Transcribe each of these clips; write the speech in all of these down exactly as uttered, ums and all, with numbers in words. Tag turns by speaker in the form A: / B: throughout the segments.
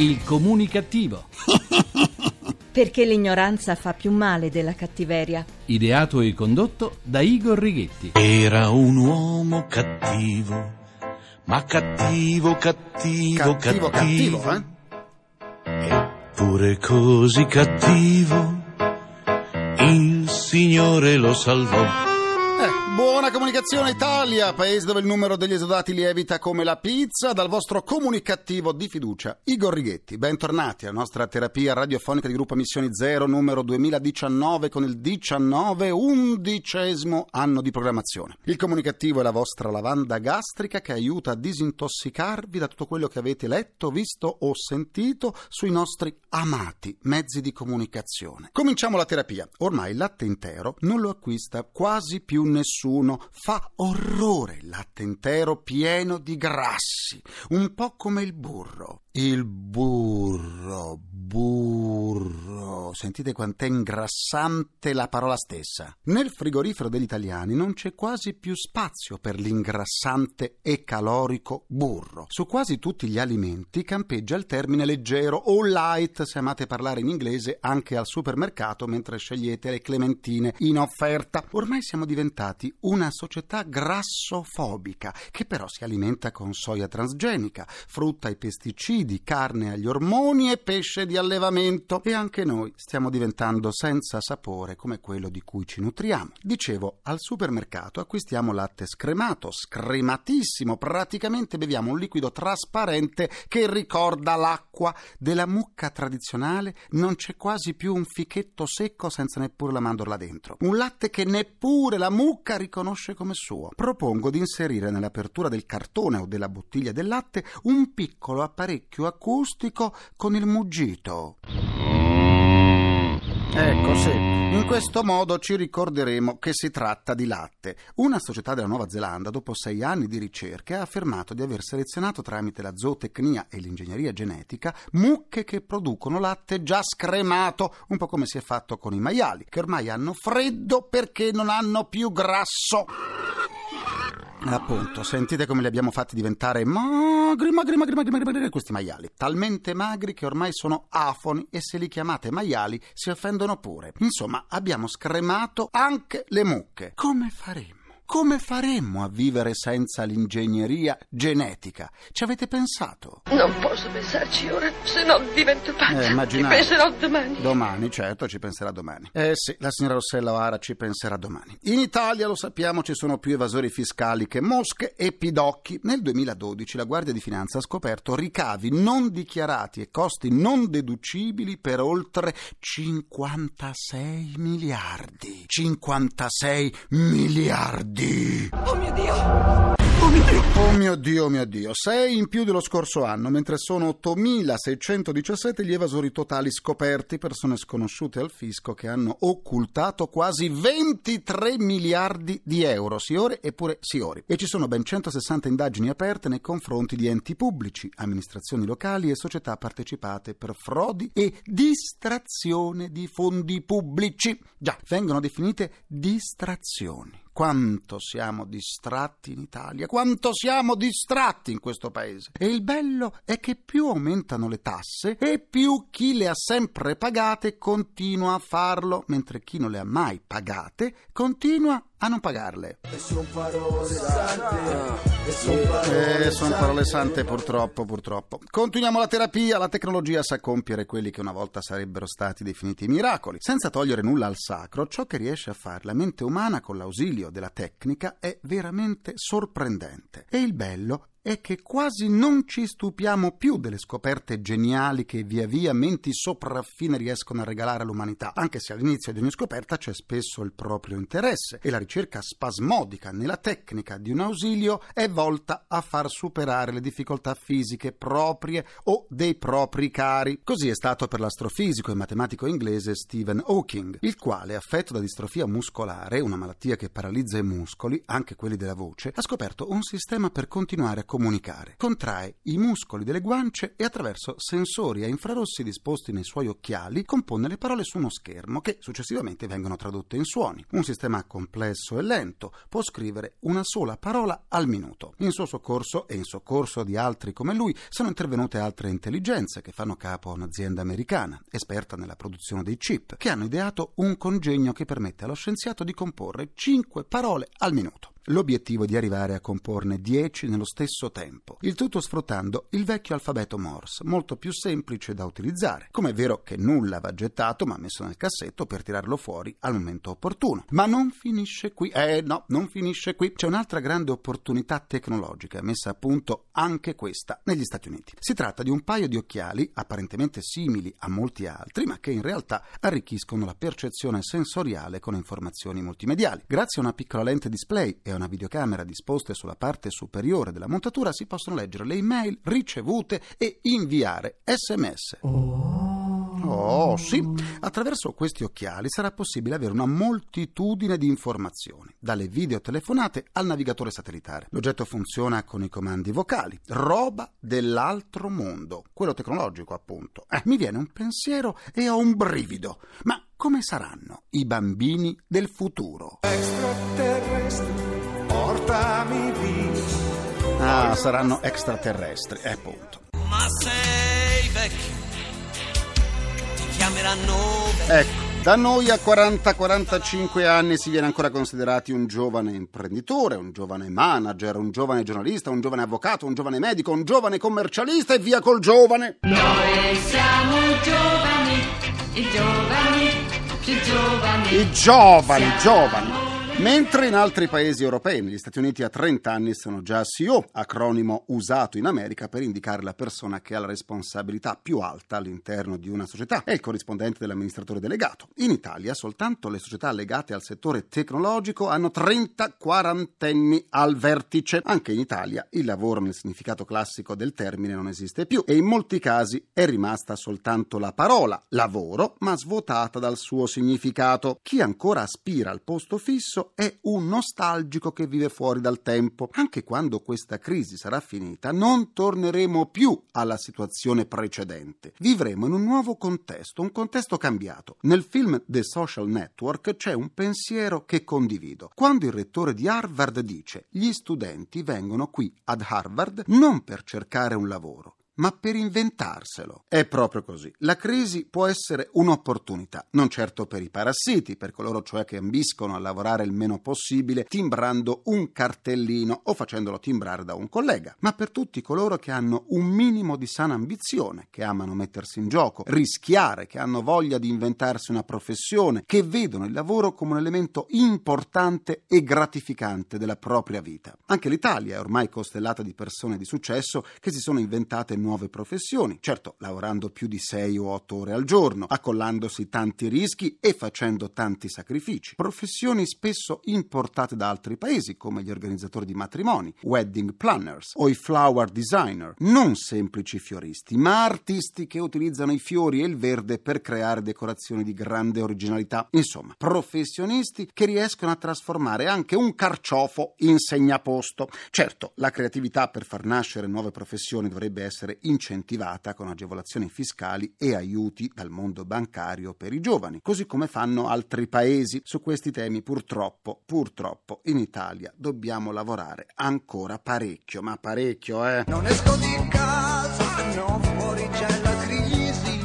A: Il comunicativo.
B: Perché l'ignoranza fa più male della cattiveria.
A: Ideato e condotto da Igor Righetti.
C: Era un uomo cattivo, ma cattivo, cattivo,
D: Cattivo,
C: cattivo,
D: cattivo, eh?
C: Eppure così cattivo, il Signore lo salvò.
D: Eh, buona comunicazione Italia, paese dove il numero degli esodati lievita come la pizza, dal vostro comunicativo di fiducia, Igor Righetti. Bentornati alla nostra terapia radiofonica di Gruppo Missioni Zero, numero duemiladiciannove, con il diciannove undicesimo anno di programmazione. Il comunicativo è la vostra lavanda gastrica che aiuta a disintossicarvi da tutto quello che avete letto, visto o sentito sui nostri amati mezzi di comunicazione. Cominciamo la terapia. Ormai il latte intero non lo acquista quasi più nessuno. Fa orrore il latte intero pieno di grassi, un po' come il burro. Il burro, burro, sentite quant'è ingrassante la parola stessa. Nel frigorifero degli italiani non c'è quasi più spazio per l'ingrassante e calorico burro. Su quasi tutti gli alimenti campeggia il termine leggero o light, se amate parlare in inglese, anche al supermercato mentre scegliete le clementine in offerta. Ormai siamo diventati una società grassofobica, che però si alimenta con soia transgenica, frutta ai pesticidi, carne agli ormoni e pesce di allevamento, e anche noi stiamo diventando senza sapore come quello di cui ci nutriamo. Dicevo, al supermercato acquistiamo latte scremato, scrematissimo, praticamente beviamo un liquido trasparente che ricorda l'acqua. Della mucca tradizionale non c'è quasi più un fichetto secco senza neppure la mandorla dentro, un latte che neppure la mucca riconosce come suo. Propongo di inserire nell'apertura del cartone o della bottiglia del latte un piccolo apparecchio acustico con il muggito. Ecco, sì. In questo modo ci ricorderemo che si tratta di latte. Una società della Nuova Zelanda, dopo sei anni di ricerche, ha affermato di aver selezionato tramite la zootecnia e l'ingegneria genetica mucche che producono latte già scremato, un po' come si è fatto con i maiali, che ormai hanno freddo perché non hanno più grasso. Appunto, sentite come li abbiamo fatti diventare magri, magri, magri, magri, magri, magri questi maiali, talmente magri che ormai sono afoni e se li chiamate maiali si offendono pure. Insomma, abbiamo scremato anche le mucche. Come faremo? Come faremmo a vivere senza l'ingegneria genetica? Ci avete pensato?
E: Non posso pensarci ora, se no divento pazza.
D: Eh, immaginate.
E: Ci penserò domani.
D: Domani, certo, ci penserà domani. Eh sì, la signora Rossella O'Hara ci penserà domani. In Italia, lo sappiamo, ci sono più evasori fiscali che mosche e pidocchi. Nel duemiladodici la Guardia di Finanza ha scoperto ricavi non dichiarati e costi non deducibili per oltre cinquantasei miliardi. cinquantasei miliardi!
E: Oh mio Dio! Oh mio Dio!
D: Oh mio Dio, mio Dio, sei in più dello scorso anno, mentre sono ottomilaseicentodiciassette gli evasori totali scoperti, persone sconosciute al fisco che hanno occultato quasi ventitré miliardi di euro, signore eppure signori. E ci sono ben centosessanta indagini aperte nei confronti di enti pubblici, amministrazioni locali e società partecipate per frodi e distrazione di fondi pubblici. Già, vengono definite distrazioni. Quanto siamo distratti in Italia, quanto siamo distratti in questo paese. E il bello è che più aumentano le tasse e più chi le ha sempre pagate continua a farlo, mentre chi non le ha mai pagate continua a non pagarle.
F: E sono parole sante, e sono parole,
D: eh, son parole sante purtroppo, purtroppo. Continuiamo la terapia, la tecnologia sa compiere quelli che una volta sarebbero stati definiti miracoli. Senza togliere nulla al sacro, ciò che riesce a fare la mente umana con l'ausilio della tecnica è veramente sorprendente. E il bello è che quasi non ci stupiamo più delle scoperte geniali che via via menti sopraffine riescono a regalare all'umanità, anche se all'inizio di ogni scoperta c'è spesso il proprio interesse e la ricerca spasmodica nella tecnica di un ausilio è volta a far superare le difficoltà fisiche proprie o dei propri cari. Così è stato per l'astrofisico e matematico inglese Stephen Hawking, il quale, affetto da distrofia muscolare, una malattia che paralizza i muscoli, anche quelli della voce, ha scoperto un sistema per continuare a comunicare. Contrae i muscoli delle guance e attraverso sensori a infrarossi disposti nei suoi occhiali compone le parole su uno schermo che successivamente vengono tradotte in suoni. Un sistema complesso e lento, può scrivere una sola parola al minuto. In suo soccorso e in soccorso di altri come lui sono intervenute altre intelligenze che fanno capo a un'azienda americana, esperta nella produzione dei chip, che hanno ideato un congegno che permette allo scienziato di comporre cinque parole al minuto. L'obiettivo è di arrivare a comporne dieci nello stesso tempo, il tutto sfruttando il vecchio alfabeto Morse, molto più semplice da utilizzare. Com'è vero che nulla va gettato ma messo nel cassetto per tirarlo fuori al momento opportuno. Ma non finisce qui, eh no, non finisce qui. C'è un'altra grande opportunità tecnologica messa a punto anche questa negli Stati Uniti. Si tratta di un paio di occhiali apparentemente simili a molti altri, ma che in realtà arricchiscono la percezione sensoriale con informazioni multimediali. Grazie a una piccola lente display e a una videocamera disposte sulla parte superiore della montatura si possono leggere le email ricevute e inviare sms. Oh, sì. Attraverso questi occhiali sarà possibile avere una moltitudine di informazioni, dalle videotelefonate al navigatore satellitare. L'oggetto funziona con i comandi vocali, roba dell'altro mondo, quello tecnologico appunto. Eh, mi viene un pensiero e ho un brivido. Ma come saranno i bambini del futuro?
F: Extraterrestri, portami via.
D: Ah, saranno extraterrestri, eh, appunto.
G: Ma sei vecchio, ti chiameranno vecchio.
D: Ecco, da noi a quaranta quarantacinque anni si viene ancora considerati un giovane imprenditore, un giovane manager, un giovane giornalista, un giovane avvocato, un giovane medico, un giovane commercialista e via col giovane.
H: Noi siamo giovani, i giovani, più giovani.
D: I giovani, giovani. Mentre in altri paesi europei, negli Stati Uniti a trenta anni sono già C E O, acronimo usato in America per indicare la persona che ha la responsabilità più alta all'interno di una società, è il corrispondente dell'amministratore delegato. In Italia soltanto le società legate al settore tecnologico hanno trenta quarantenni al vertice. Anche in Italia il lavoro nel significato classico del termine non esiste più e in molti casi è rimasta soltanto la parola lavoro, ma svuotata dal suo significato. Chi ancora aspira al posto fisso è un nostalgico che vive fuori dal tempo. Anche quando questa crisi sarà finita, non torneremo più alla situazione precedente. Vivremo in un nuovo contesto, un contesto cambiato. Nel film The Social Network c'è un pensiero che condivido. Quando il rettore di Harvard dice: gli studenti vengono qui ad Harvard non per cercare un lavoro, ma per inventarselo. È proprio così. La crisi può essere un'opportunità, non certo per i parassiti, per coloro cioè che ambiscono a lavorare il meno possibile timbrando un cartellino o facendolo timbrare da un collega, ma per tutti coloro che hanno un minimo di sana ambizione, che amano mettersi in gioco, rischiare, che hanno voglia di inventarsi una professione, che vedono il lavoro come un elemento importante e gratificante della propria vita. Anche l'Italia è ormai costellata di persone di successo che si sono inventate nuove professioni, certo lavorando più di sei o otto ore al giorno, accollandosi tanti rischi e facendo tanti sacrifici. Professioni spesso importate da altri paesi, come gli organizzatori di matrimoni, wedding planners o i flower designer, non semplici fioristi, ma artisti che utilizzano i fiori e il verde per creare decorazioni di grande originalità. Insomma, professionisti che riescono a trasformare anche un carciofo in segnaposto. Certo, la creatività per far nascere nuove professioni dovrebbe essere incentivata con agevolazioni fiscali e aiuti dal mondo bancario per i giovani, così come fanno altri paesi. Su questi temi purtroppo, purtroppo in Italia dobbiamo lavorare ancora parecchio, ma parecchio, eh.
F: Non esco di casa, no, fuori c'è la crisi.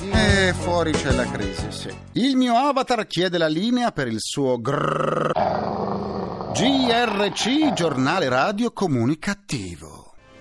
D: E fuori c'è la crisi, sì. Il mio avatar chiede la linea per il suo grrrr. G R C, giornale radio comunicativo.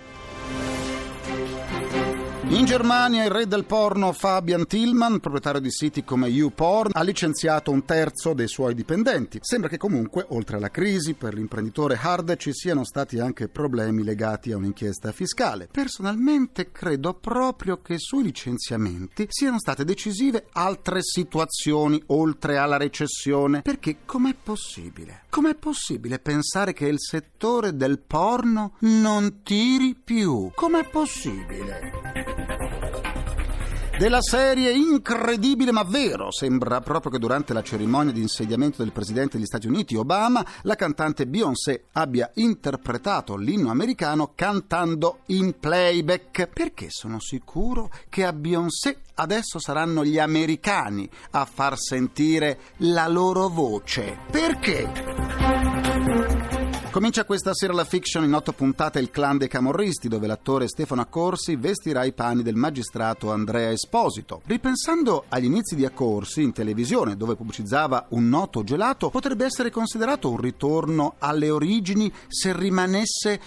D: In Germania il re del porno Fabian Tillman, proprietario di siti come YouPorn, ha licenziato un terzo dei suoi dipendenti. Sembra che comunque, oltre alla crisi, per l'imprenditore Hard ci siano stati anche problemi legati a un'inchiesta fiscale. Personalmente credo proprio che sui licenziamenti siano state decisive altre situazioni oltre alla recessione. Perché com'è possibile? Com'è possibile pensare che il settore del porno non tiri più? Com'è possibile? Della serie incredibile ma vero, sembra proprio che durante la cerimonia di insediamento del presidente degli Stati Uniti Obama la cantante Beyoncé abbia interpretato l'inno americano cantando in playback. Perché sono sicuro che a Beyoncé adesso saranno gli americani a far sentire la loro voce. Perché? Comincia questa sera la fiction in otto puntate Il clan dei camorristi, dove l'attore Stefano Accorsi vestirà i panni del magistrato Andrea Esposito. Ripensando agli inizi di Accorsi in televisione, dove pubblicizzava un noto gelato, potrebbe essere considerato un ritorno alle origini se rimanesse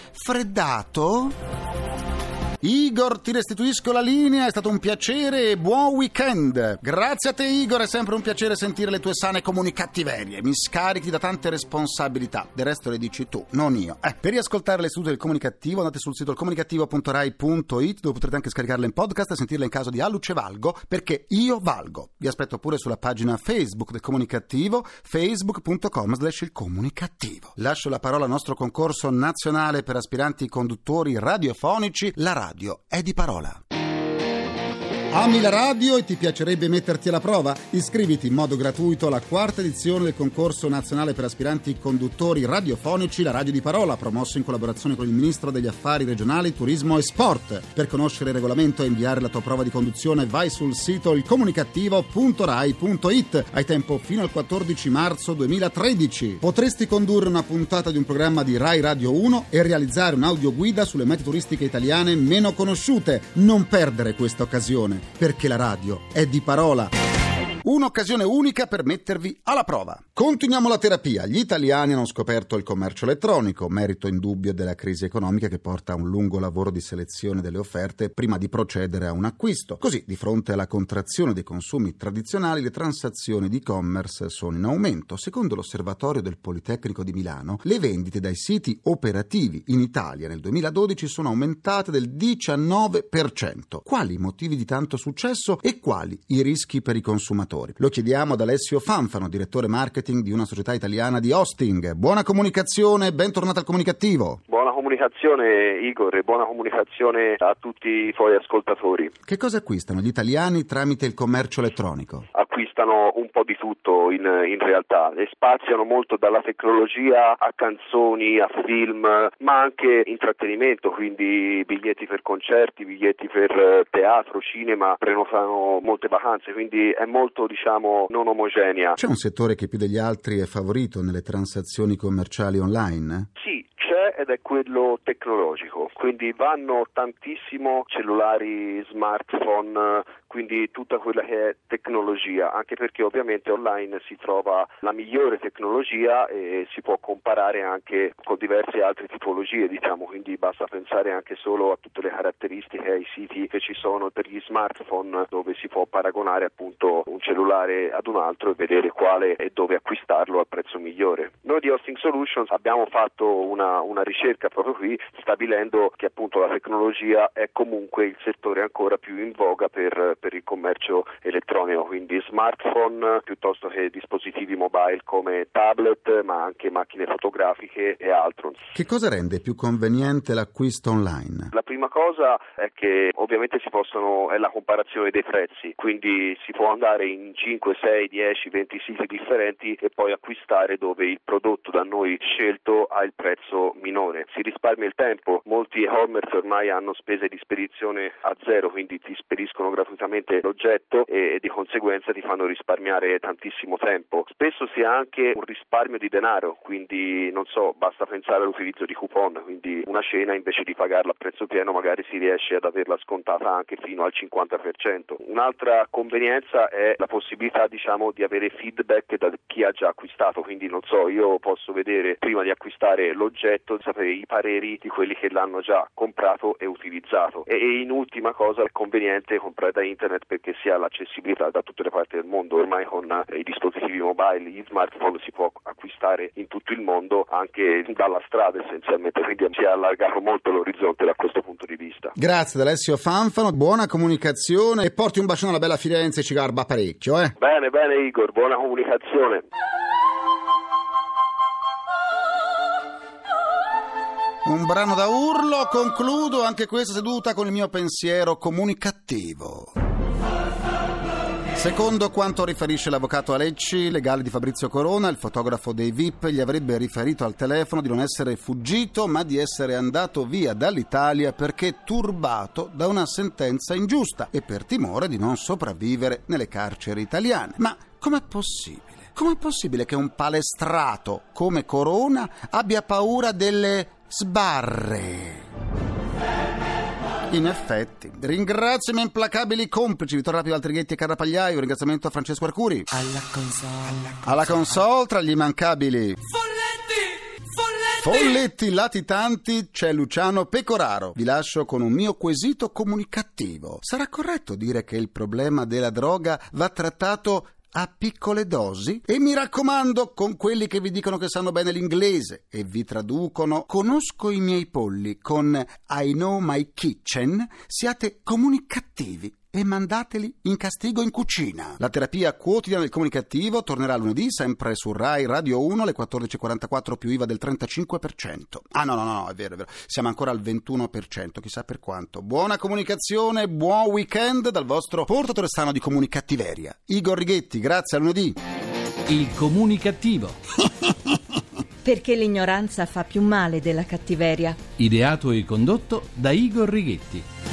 D: freddato? Igor, ti restituisco la linea, è stato un piacere e buon weekend. Grazie a te Igor, è sempre un piacere sentire le tue sane comunicattiverie, mi scarichi da tante responsabilità, del resto le dici tu, non io. Eh, per riascoltare le sedute del Comunicativo andate sul sito comunicativo punto rai punto it, dove potrete anche scaricarle in podcast e sentirle in caso di Alluce Valgo, perché io valgo. Vi aspetto pure sulla pagina Facebook del Comunicativo, facebook punto com slash il comunicativo. Lascio la parola al nostro concorso nazionale per aspiranti conduttori radiofonici, la radio è di parola. Ami la radio e ti piacerebbe metterti alla prova? Iscriviti in modo gratuito alla quarta edizione del concorso nazionale per aspiranti conduttori radiofonici La Radio di Parola, promosso in collaborazione con il Ministro degli Affari Regionali, Turismo e Sport. Per conoscere il regolamento e inviare la tua prova di conduzione vai sul sito il comunicativo punto rai punto it. Hai tempo fino al quattordici marzo duemilatredici. Potresti condurre una puntata di un programma di Rai Radio uno e realizzare un'audioguida sulle mete turistiche italiane meno conosciute. Non perdere questa occasione, perché la radio è di parola. Un'occasione unica per mettervi alla prova. Continuiamo la terapia. Gli italiani hanno scoperto il commercio elettronico, merito indubbio della crisi economica che porta a un lungo lavoro di selezione delle offerte prima di procedere a un acquisto. Così, di fronte alla contrazione dei consumi tradizionali, le transazioni di e-commerce sono in aumento. Secondo l'Osservatorio del Politecnico di Milano, le vendite dai siti operativi in Italia nel duemiladodici sono aumentate del diciannove per cento. Quali i motivi di tanto successo e quali i rischi per i consumatori? Lo chiediamo ad Alessio Fanfano, direttore marketing di una società italiana di hosting. Buona comunicazione, bentornato al Comunicativo.
I: Buona comunicazione Igor e buona comunicazione a tutti i tuoi ascoltatori.
D: Che cosa acquistano gli italiani tramite il commercio elettronico?
I: Acquistano un po' di tutto in, in realtà, e spaziano molto dalla tecnologia a canzoni, a film, ma anche intrattenimento, quindi biglietti per concerti, biglietti per teatro, cinema, prenotano molte vacanze, quindi è molto, diciamo, non omogenea.
D: C'è un settore che più degli altri è favorito nelle transazioni commerciali online?
I: Sì, c'è, ed è quello tecnologico, quindi vanno tantissimo cellulari, smartphone, quindi tutta quella che è tecnologia, anche perché ovviamente online si trova la migliore tecnologia e si può comparare anche con diverse altre tipologie, diciamo, quindi basta pensare anche solo a tutte le caratteristiche, ai siti che ci sono per gli smartphone, dove si può paragonare appunto un cellulare ad un altro e vedere quale e dove acquistarlo al prezzo migliore. Noi di Hosting Solutions abbiamo fatto una, una ricerca proprio qui, stabilendo che appunto la tecnologia è comunque il settore ancora più in voga per per il commercio elettronico, quindi smartphone piuttosto che dispositivi mobile come tablet, ma anche macchine fotografiche e altro.
D: Che cosa rende più conveniente l'acquisto online?
I: La prima cosa è che ovviamente si possono è la comparazione dei prezzi, quindi si può andare in cinque, sei, dieci, venti siti differenti e poi acquistare dove il prodotto da noi scelto ha il prezzo minore. Si risparmia il tempo, molti e-commerce ormai hanno spese di spedizione a zero, quindi ti spediscono gratuitamente l'oggetto e di conseguenza ti fanno risparmiare tantissimo tempo. Spesso si ha anche un risparmio di denaro, quindi non so, basta pensare all'utilizzo di coupon, quindi una cena invece di pagarla a prezzo pieno magari si riesce ad averla scontata anche fino al cinquanta per cento. Un'altra convenienza è la possibilità, diciamo, di avere feedback da chi ha già acquistato, quindi non so, io posso vedere prima di acquistare l'oggetto, sapere i pareri di quelli che l'hanno già comprato e utilizzato. E, e in ultima cosa è conveniente comprare da internet perché si ha l'accessibilità da tutte le parti del mondo. Ormai con eh, i dispositivi mobile, gli smartphone si può acquistare in tutto il mondo, anche dalla strada essenzialmente, quindi si è allargato molto l'orizzonte da questo punto di vista.
D: Grazie ad Alessio Fanfano, buona comunicazione e porti un bacione alla bella Firenze, ci garba parecchio, eh?
I: Bene, bene Igor, buona comunicazione.
D: Un brano da urlo, concludo anche questa seduta con il mio pensiero comunicativo. Secondo quanto riferisce l'avvocato Alecci, legale di Fabrizio Corona, il fotografo dei V I P gli avrebbe riferito al telefono di non essere fuggito, ma di essere andato via dall'Italia perché turbato da una sentenza ingiusta e per timore di non sopravvivere nelle carceri italiane. Ma com'è possibile? Com'è possibile che un palestrato come Corona abbia paura delle sbarre? In effetti, ringrazio i miei implacabili complici Vittorio Rapido, Altrighetti e Carrapagliaio. Un ringraziamento a Francesco Arcuri
J: alla console,
D: alla console tra gli immancabili
G: Folletti,
D: Folletti Folletti latitanti c'è Luciano Pecoraro. Vi lascio con un mio quesito comunicativo. Sarà corretto dire che il problema della droga va trattato a piccole dosi? E mi raccomando, con quelli che vi dicono che sanno bene l'inglese e vi traducono "conosco i miei polli" con "I know my kitchen", siate comunicativi e mandateli in castigo in cucina. La terapia quotidiana del comunicativo tornerà lunedì, sempre su Rai Radio uno alle quattordici e quarantaquattro più I V A del trentacinque per cento. Ah no, no, no, è vero, è vero. Siamo ancora al ventuno per cento, chissà per quanto. Buona comunicazione, buon weekend dal vostro portatore sano di comunicattiveria. Igor Righetti, grazie, a lunedì.
A: Il comunicativo.
B: Perché l'ignoranza fa più male della cattiveria.
A: Ideato e condotto da Igor Righetti.